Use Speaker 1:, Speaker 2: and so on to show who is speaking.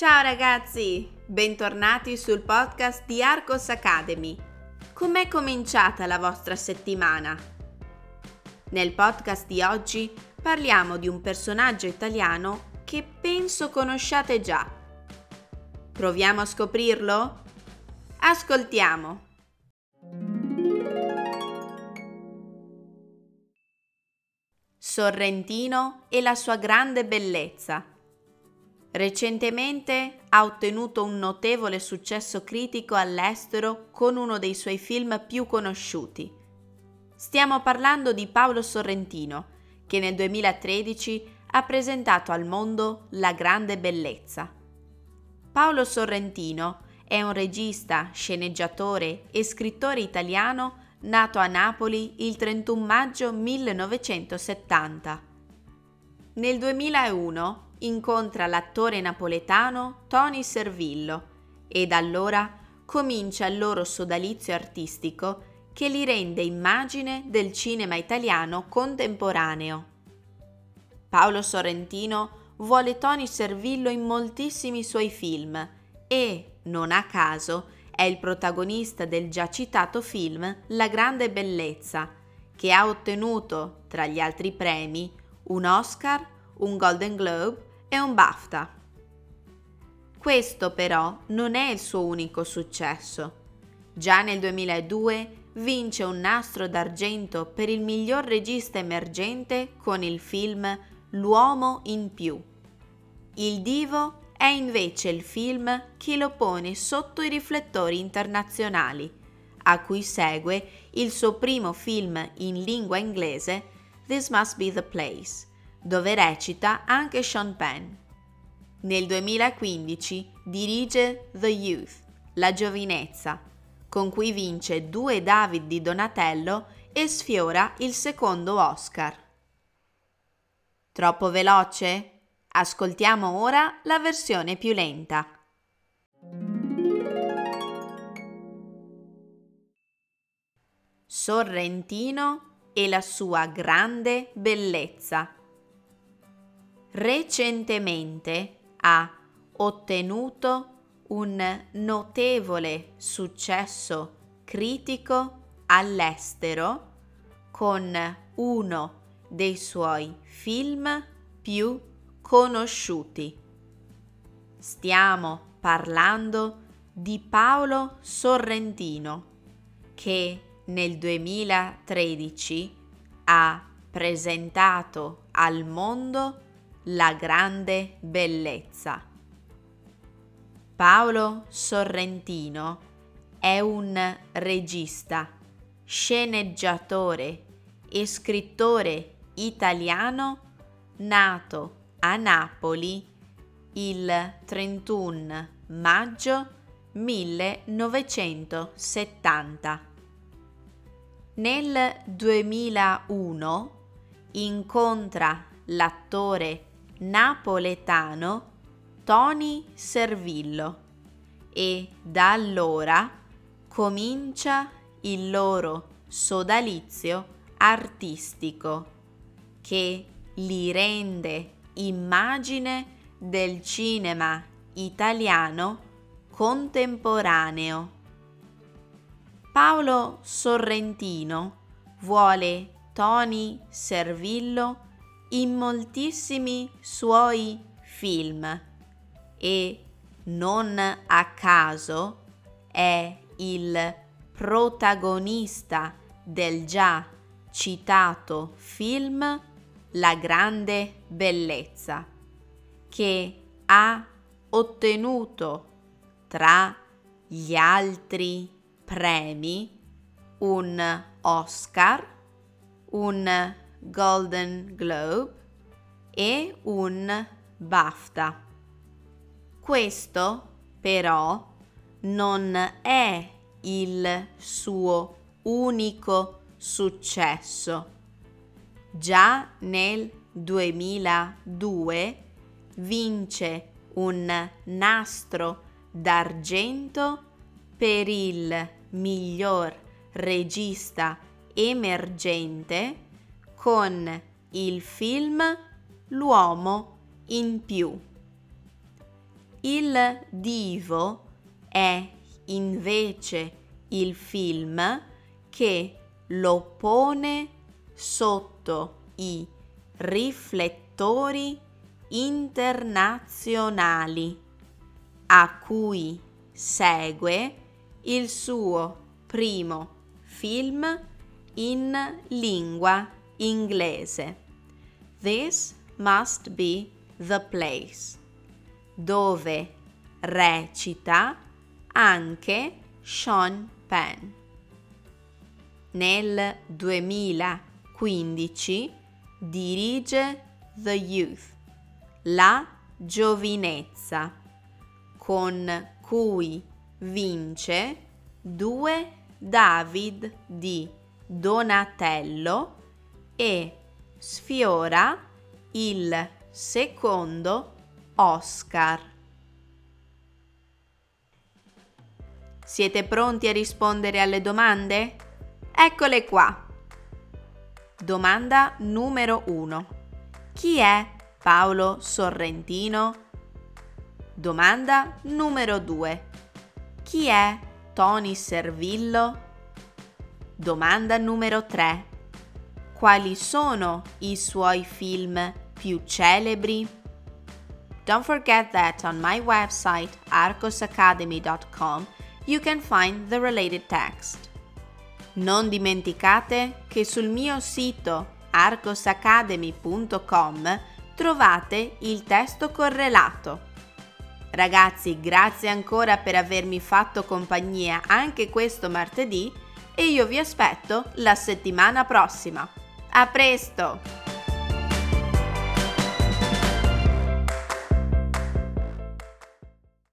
Speaker 1: Ciao ragazzi, bentornati sul podcast di Arcos Academy. Com'è cominciata la vostra settimana? Nel podcast di oggi parliamo di un personaggio italiano che penso conosciate già. Proviamo a scoprirlo? Ascoltiamo! Sorrentino e la sua grande bellezza. Recentemente ha ottenuto un notevole successo critico all'estero con uno dei suoi film più conosciuti. Stiamo parlando di Paolo Sorrentino, che nel 2013 ha presentato al mondo La grande bellezza. Paolo Sorrentino è un regista, sceneggiatore e scrittore italiano nato a Napoli il 31 maggio 1970. Nel 2001 incontra l'attore napoletano Tony Servillo e da allora comincia il loro sodalizio artistico che li rende immagine del cinema italiano contemporaneo. Paolo Sorrentino vuole Tony Servillo in moltissimi suoi film e, non a caso, è il protagonista del già citato film La grande bellezza, che ha ottenuto, tra gli altri premi, un Oscar, un Golden Globe e un BAFTA. Questo però non è il suo unico successo. Già nel 2002 vince un Nastro d'Argento per il miglior regista emergente con il film L'uomo in più. Il Divo è invece il film che lo pone sotto i riflettori internazionali, a cui segue il suo primo film in lingua inglese, This Must Be the Place, dove recita anche Sean Penn. Nel 2015 dirige The Youth, La giovinezza, con cui vince 2 David di Donatello e sfiora il secondo Oscar. Troppo veloce? Ascoltiamo ora la versione più lenta. Sorrentino e la sua grande bellezza. Recentemente ha ottenuto un notevole successo critico all'estero con uno dei suoi film più conosciuti. Stiamo parlando di Paolo Sorrentino, che nel 2013 ha presentato al mondo La grande bellezza. Paolo Sorrentino è un regista, sceneggiatore e scrittore italiano nato a Napoli il 31 maggio 1970. Nel 2001 incontra l'attore napoletano Tony Servillo e da allora comincia il loro sodalizio artistico che li rende immagine del cinema italiano contemporaneo. Paolo Sorrentino vuole Tony Servillo in moltissimi suoi film e non a caso è il protagonista del già citato film La grande bellezza, che ha ottenuto tra gli altri premi un Oscar, un Golden Globe e un BAFTA. Questo però non è il suo unico successo. Già nel 2002 vince un Nastro d'Argento per il miglior regista emergente con il film L'uomo in più. Il divo è invece il film che lo pone sotto i riflettori internazionali, a cui segue il suo primo film in lingua inglese. This Must Be the Place, dove recita anche Sean Penn. Nel 2015 dirige The Youth, la giovinezza, con cui vince 2 David di Donatello e sfiora il secondo Oscar. Siete pronti a rispondere alle domande? Eccole qua. Domanda numero 1. Chi è Paolo Sorrentino? Domanda numero 2. Chi è Tony Servillo? Domanda numero 3. Quali sono i suoi film più celebri? Don't forget that on my website arcosacademy.com you can find the related text. Non dimenticate che sul mio sito arcosacademy.com trovate il testo correlato. Ragazzi, grazie ancora per avermi fatto compagnia anche questo martedì e io vi aspetto la settimana prossima. A presto!